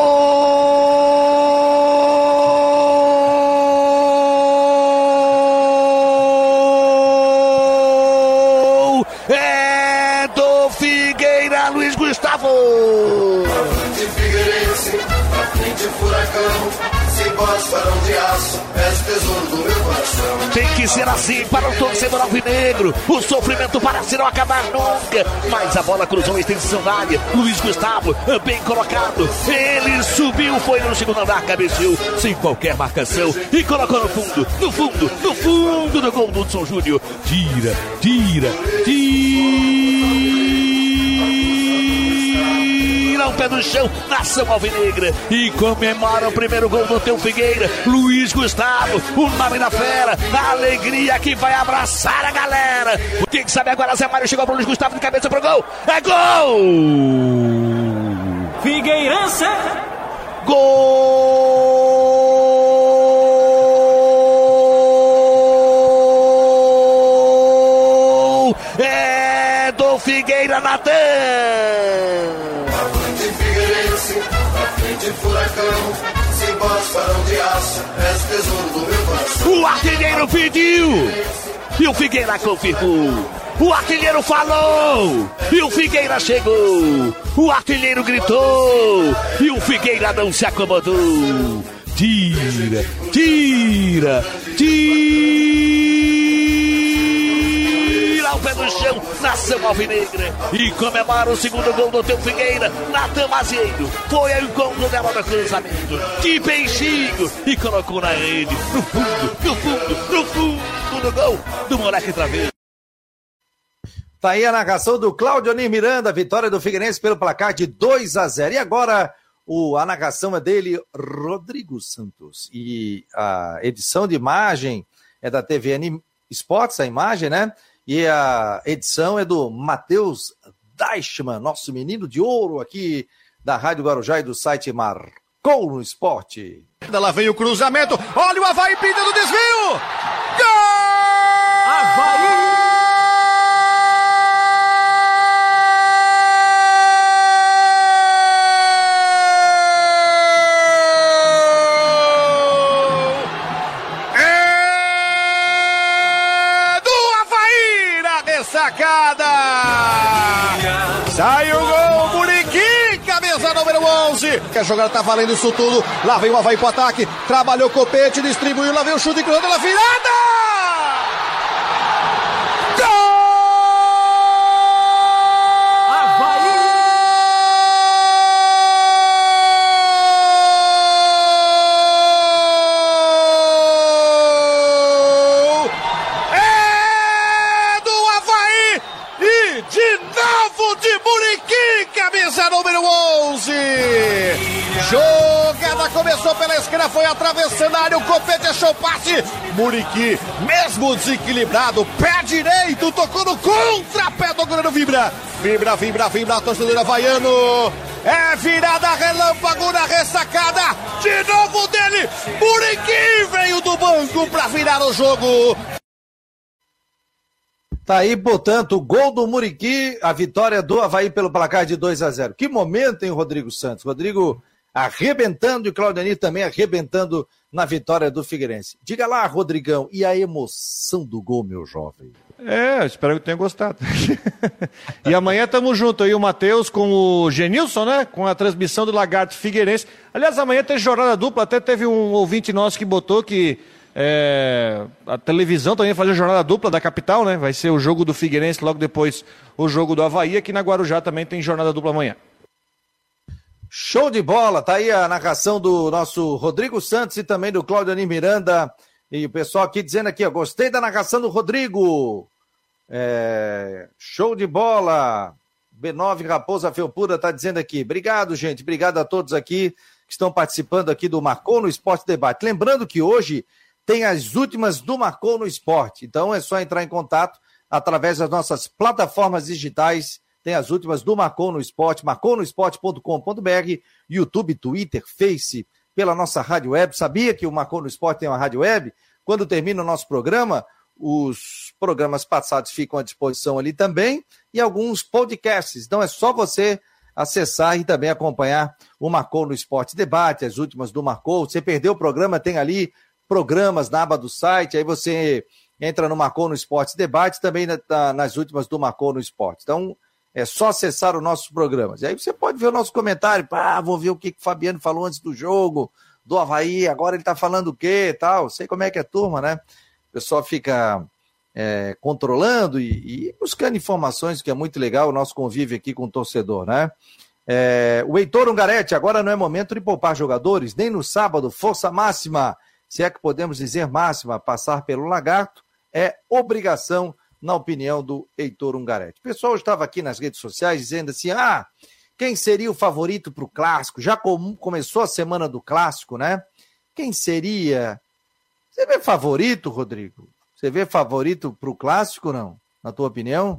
Gol! É do Figueira, Luiz Gustavo! Avante Figueirense, pra frente Furacão, cimbolas farão de aço, és o tesouro do meu coração. Tem que ser assim para o torcedor alvinegro, o sofrimento parece não acabar nunca, mas a bola cruzou a extensão da área, Luiz Gustavo, bem colocado, ele subiu, foi no segundo andar, cabeceou, sem qualquer marcação, e colocou no fundo do gol do Hudson Júnior, tira o pé do chão, nação alvinegra, e comemora o primeiro gol do teu Figueira, Luiz Gustavo, o nome da fera, a alegria que vai abraçar a galera. Quem sabe agora, Zé Mário chegou pro Luiz Gustavo de cabeça pro gol, é gol! Figueirense! Gol! É do Figueira, Natan! Furacão, cimbolas farão de aço, és o tesouro do meu coração. O artilheiro pediu e o Figueira confirmou. O artilheiro falou e o Figueira chegou. O artilheiro gritou e o Figueira não se acomodou. Tira o pé do chão, nação alvinegra, e comemora o segundo gol do teu Figueira, Natan Mazieiro, foi ao encontro dela no cruzamento, que peixinho, e colocou na rede, no fundo do gol do moleque Traveiro. Tá aí a narração do Claudionir Miranda, vitória do Figueirense pelo placar de 2-0. E agora a narração é dele, Rodrigo Santos, e a edição de imagem é da TVN Esportes, a imagem, né? E a edição é do Matheus Deichmann, nosso menino de ouro aqui da Rádio Guarujá e do site Marcou no Esporte. Lá vem o cruzamento, olha o Avaí pedindo desvio! Gol! Avaí! Sacada! Sai o gol, Muriqui, camisa número 11. A jogada tá valendo isso tudo. Lá vem o Avaí pro ataque. Trabalhou o Copete, distribuiu. Lá vem o chute cruzando na virada! Jogada começou pela esquerda, foi atravessando a área, o Copete achou o passe. Muriqui, mesmo desequilibrado, pé direito, tocou no contrapé do goleiro, vibra, torcedor havaiano. É virada relâmpago na ressacada, de novo dele, Muriqui veio do banco pra virar o jogo. Tá aí, portanto, o gol do Muriqui, a vitória do Avaí pelo placar de 2-0. Que momento, hein, Rodrigo Santos? Rodrigo arrebentando e Claudiani também arrebentando na vitória do Figueirense. Diga lá, Rodrigão, e a emoção do gol, meu jovem? Espero que tenha gostado. E amanhã estamos juntos aí, o Matheus com o Genilson, né? Com a transmissão do Lagarto Figueirense. Aliás, amanhã tem jornada dupla, até teve um ouvinte nosso que botou que a televisão também vai fazer jornada dupla da capital, né? Vai ser o jogo do Figueirense, logo depois o jogo do Avaí. Aqui na Guarujá também tem jornada dupla amanhã. Show de bola, tá aí a narração do nosso Rodrigo Santos e também do Claudiani Miranda. E o pessoal aqui dizendo aqui, ó, gostei da narração do Rodrigo. Show de bola. B9 Raposa Felpura tá dizendo aqui. Obrigado, gente. Obrigado a todos aqui que estão participando aqui do Marcou no Esporte Debate. Lembrando que hoje tem as últimas do Marcou no Esporte. Então é só entrar em contato através das nossas plataformas digitais. Tem as últimas do Marcou no Esporte, marconosport.com.br, YouTube, Twitter, Face, pela nossa rádio web. Sabia que o Marcou no Esporte tem uma rádio web? Quando termina o nosso programa, os programas passados ficam à disposição ali também e alguns podcasts. Então é só você acessar e também acompanhar o Marcou no Esporte Debate, as últimas do Marcou. Você perdeu o programa, tem ali programas na aba do site, aí você entra no Marcou no Esporte Debate, também nas últimas do Marcou no Esporte. Então é só acessar os nossos programas. E aí você pode ver o nosso comentário. Vou ver o que o Fabiano falou antes do jogo, do Avaí, agora ele tá falando o quê e tal. Sei como é que é turma, né? O pessoal fica controlando e buscando informações, que é muito legal o nosso convívio aqui com o torcedor, né? O Heitor Ungaretti, agora não é momento de poupar jogadores, nem no sábado, força máxima, se é que podemos dizer máxima, passar pelo Lagarto, é obrigação, na opinião do Heitor Ungaretti. O pessoal estava aqui nas redes sociais dizendo assim, quem seria o favorito para o Clássico? Já começou a semana do Clássico, né? Quem seria? Você vê favorito, Rodrigo? Você vê favorito para o Clássico, não? Na tua opinião?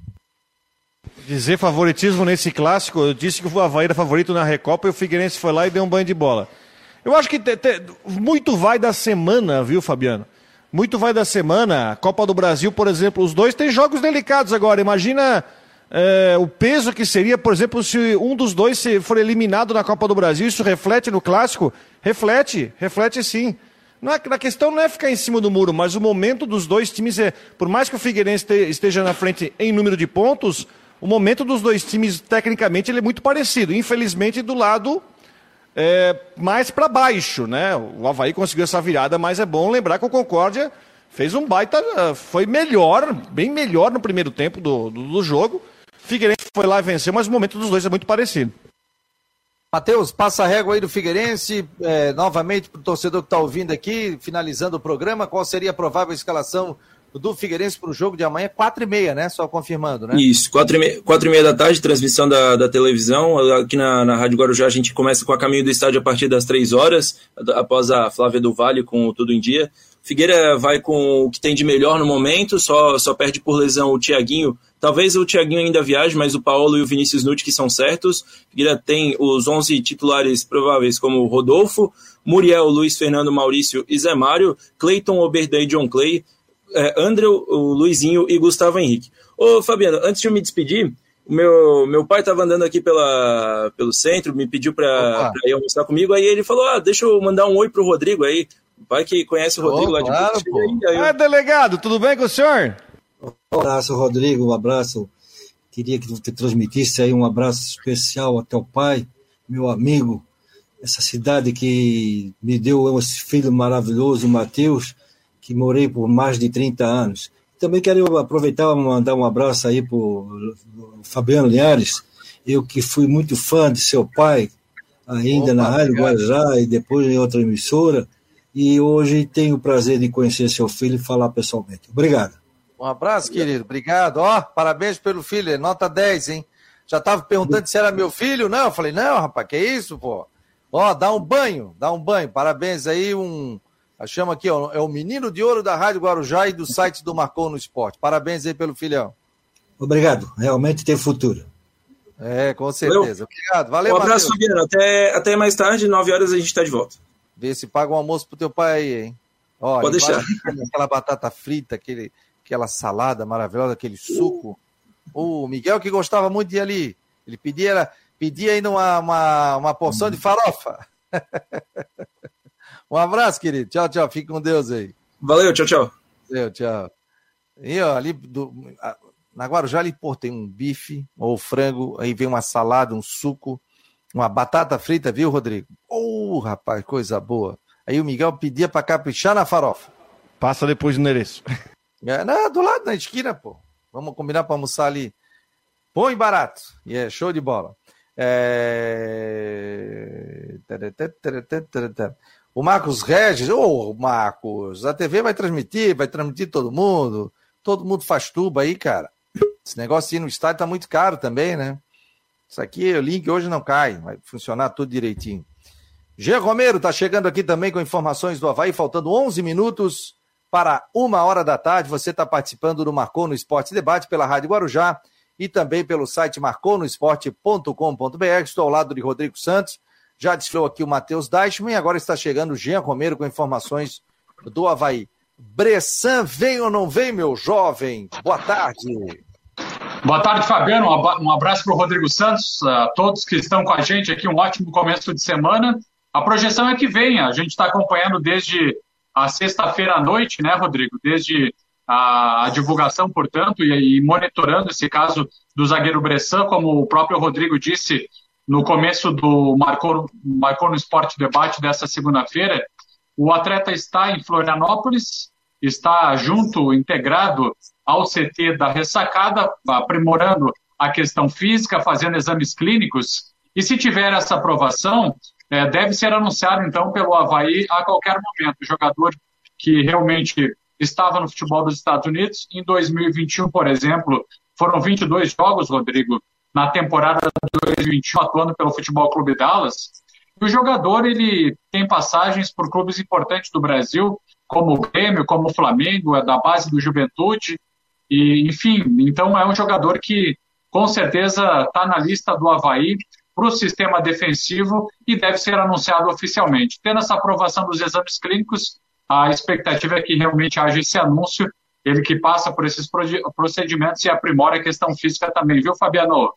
Dizer favoritismo nesse Clássico, eu disse que o Avaí era favorito na Recopa e o Figueirense foi lá e deu um banho de bola. Eu acho que muito vai da semana, viu, Fabiano? Muito vai da semana. A Copa do Brasil, por exemplo, os dois têm jogos delicados agora. Imagina o peso que seria, por exemplo, se um dos dois for eliminado na Copa do Brasil. Isso reflete no Clássico? Reflete sim. A questão não é ficar em cima do muro, mas o momento dos dois times por mais que o Figueirense esteja na frente em número de pontos, o momento dos dois times, tecnicamente, ele é muito parecido. Infelizmente, do lado mais para baixo, né? O Avaí conseguiu essa virada, mas é bom lembrar que o Concórdia fez um baita, foi melhor, bem melhor no primeiro tempo do jogo. Figueirense foi lá e venceu, mas o momento dos dois é muito parecido. Matheus, passa a régua aí do Figueirense, novamente para o torcedor que está ouvindo aqui, finalizando o programa, qual seria a provável escalação do Figueirense para o jogo de amanhã? 4h30, né? Só confirmando, né? Isso, 4h30 da tarde, transmissão da televisão. Aqui na Rádio Guarujá a gente começa com a caminho do estádio a partir das 3 horas, após a Flávia do Vale com o Tudo em Dia. Figueira vai com o que tem de melhor no momento, só perde por lesão o Thiaguinho. Talvez o Thiaguinho ainda viaje, mas o Paulo e o Vinícius Nutti que são certos. Figueira tem os 11 titulares prováveis como Rodolfo, Muriel, Luiz Fernando, Maurício e Zé Mário, Cleiton, Oberdan e John Clay, André, o Luizinho e Gustavo Henrique. Ô Fabiano, antes de eu me despedir, meu pai estava andando aqui pelo centro, me pediu para ir almoçar comigo, aí ele falou, deixa eu mandar um oi pro Rodrigo aí, o pai que conhece o Rodrigo lá de Curitiba. Delegado, tudo bem com o senhor? Um abraço, Rodrigo, um abraço. Queria que você transmitisse aí um abraço especial ao teu pai, meu amigo, essa cidade que me deu esse filho maravilhoso, o Matheus, que morei por mais de 30 anos. Também quero aproveitar e mandar um abraço aí para o Fabiano Linhares, eu que fui muito fã de seu pai, ainda na Rádio Guarujá e depois em outra emissora, e hoje tenho o prazer de conhecer seu filho e falar pessoalmente. Obrigado. Um abraço, querido. Obrigado. Parabéns pelo filho. Nota 10, hein? Já estava perguntando se era meu filho. Não, eu falei, não, rapaz, que isso, pô? Dá um banho. Parabéns aí, chama aqui, é o menino de ouro da Rádio Guarujá e do site do Marcou no Esporte. Parabéns aí pelo filhão. Obrigado. Realmente tem futuro. Com certeza. Obrigado. Valeu, um abraço, Fabiano. Até mais tarde, 9 horas a gente está de volta. Vê se paga um almoço pro teu pai aí, hein? Pode deixar. Aquela batata frita, aquele aquela salada maravilhosa, aquele suco. O Miguel que gostava muito de ir ali. Ele pedia ainda uma porção de farofa. Um abraço, querido. Tchau, tchau. Fique com Deus aí. Valeu, tchau, tchau. Valeu, tchau. E ó, ali na Guarujá ali, pô, tem um bife ou frango, aí vem uma salada, um suco, uma batata frita, viu, Rodrigo? Rapaz, coisa boa. Aí o Miguel pedia pra caprichar na farofa. Passa depois do endereço. Não, do lado, na esquina, pô. Vamos combinar pra almoçar ali. Bom e barato. E é show de bola. O Marcos Regis, Marcos, a TV vai transmitir todo mundo faz tuba aí, cara. Esse negócio de ir no estádio tá muito caro também, né? Isso aqui, o link hoje não cai, vai funcionar tudo direitinho. Jean Romero tá chegando aqui também com informações do Avaí, faltando 11 minutos para 1h da tarde. Você está participando do Marcou no Esporte Debate pela Rádio Guarujá e também pelo site marconosport.com.br. Estou ao lado de Rodrigo Santos, já desfilou aqui o Matheus Deichmann e agora está chegando o Jean Romero com informações do Avaí. Bressan, vem ou não vem, meu jovem? Boa tarde. Boa tarde, Fabiano. Um abraço para o Rodrigo Santos, a todos que estão com a gente aqui, um ótimo começo de semana. A projeção é que venha, a gente está acompanhando desde a sexta-feira à noite, né, Rodrigo? Desde a divulgação, portanto, e monitorando esse caso do zagueiro Bressan, como o próprio Rodrigo disse no começo do Marcou no Esporte Debate dessa segunda-feira. O atleta está em Florianópolis, está junto, integrado ao CT da Ressacada, aprimorando a questão física, fazendo exames clínicos, e se tiver essa aprovação, deve ser anunciado, então, pelo Avaí a qualquer momento. O jogador que realmente estava no futebol dos Estados Unidos, em 2021, por exemplo, foram 22 jogos, Rodrigo, na temporada de 2021, atuando pelo Futebol Clube Dallas. E o jogador, ele tem passagens por clubes importantes do Brasil, como o Grêmio, como o Flamengo, é da base do Juventude, e, enfim, então é um jogador que com certeza está na lista do Avaí para o sistema defensivo e deve ser anunciado oficialmente. Tendo essa aprovação dos exames clínicos, a expectativa é que realmente haja esse anúncio, ele que passa por esses procedimentos e aprimora a questão física também, viu, Fabiano?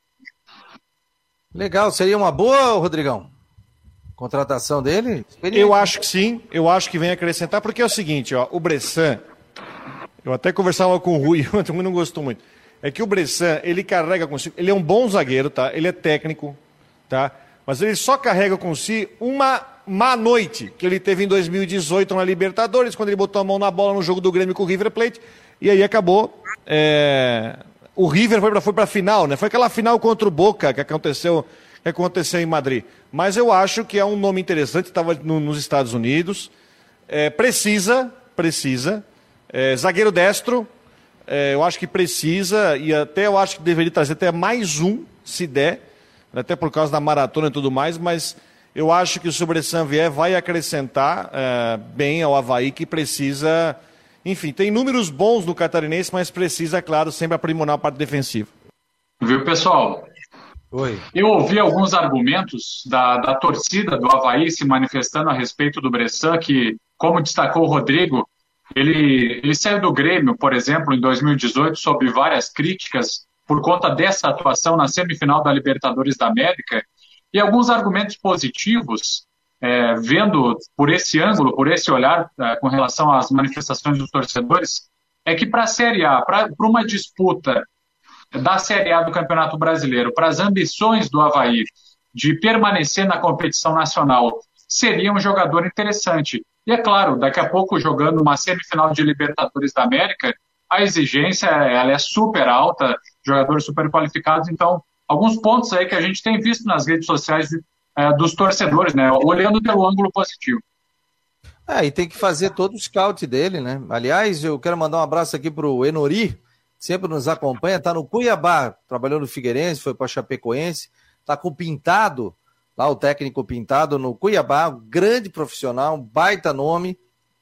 Legal, seria uma boa, Rodrigão? Contratação dele? Eu acho que sim, eu acho que vem acrescentar, porque é o seguinte, ó, o Bressan, eu até conversava com o Rui, ontem não gostou muito, é que o Bressan, ele carrega consigo, ele é um bom zagueiro, tá? Ele é técnico, tá? Mas ele só carrega com si uma má noite que ele teve em 2018 na Libertadores, quando ele botou a mão na bola no jogo do Grêmio com o River Plate, e aí acabou, o River foi para a final, né? Foi aquela final contra o Boca que aconteceu em Madrid. Mas eu acho que é um nome interessante, estava nos Estados Unidos, precisa, zagueiro destro, eu acho que precisa, e até eu acho que deveria trazer até mais um, se der, até por causa da maratona e tudo mais, mas eu acho que o Bressan vier vai acrescentar bem ao Avaí, que precisa, enfim, tem números bons no Catarinense, mas precisa, claro, sempre aprimorar a parte defensiva. Viu, pessoal? Oi. Eu ouvi alguns argumentos da torcida do Avaí se manifestando a respeito do Bressan, que, como destacou o Rodrigo, ele saiu do Grêmio, por exemplo, em 2018, sob várias críticas por conta dessa atuação na semifinal da Libertadores da América, e alguns argumentos positivos, vendo por esse ângulo, por esse olhar com relação às manifestações dos torcedores, é que para a Série A, para uma disputa da Série A do Campeonato Brasileiro, para as ambições do Avaí de permanecer na competição nacional, seria um jogador interessante. E é claro, daqui a pouco jogando uma semifinal de Libertadores da América, a exigência ela é super alta, jogadores super qualificados, então alguns pontos aí que a gente tem visto nas redes sociais dos torcedores, né, olhando pelo ângulo positivo. E tem que fazer todo o scout dele, né? Aliás, eu quero mandar um abraço aqui pro Enori, sempre nos acompanha, está no Cuiabá, trabalhou no Figueirense, foi para Chapecoense, está com o Pintado, lá o técnico Pintado no Cuiabá, um grande profissional, um baita nome,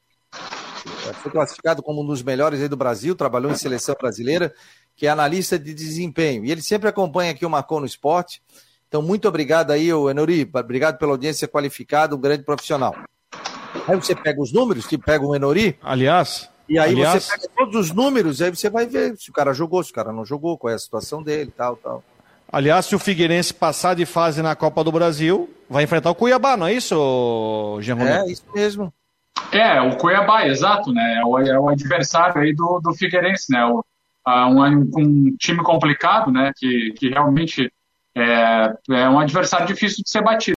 foi classificado como um dos melhores aí do Brasil, trabalhou em seleção brasileira, que é analista de desempenho, e ele sempre acompanha aqui o Marcou no Esporte, então muito obrigado aí, Enori, obrigado pela audiência qualificada, um grande profissional. Aí você pega os números, tipo pega o Enori. Aliás, E aí Aliás, você pega todos os números, aí você vai ver se o cara jogou, se o cara não jogou, qual é a situação dele, tal. aliás, se o Figueirense passar de fase na Copa do Brasil, vai enfrentar o Cuiabá, não é isso, Jean Romero? É, isso mesmo. O Cuiabá, exato, né? É o adversário aí do Figueirense, né? Um time complicado, né? Que realmente é um adversário difícil de ser batido.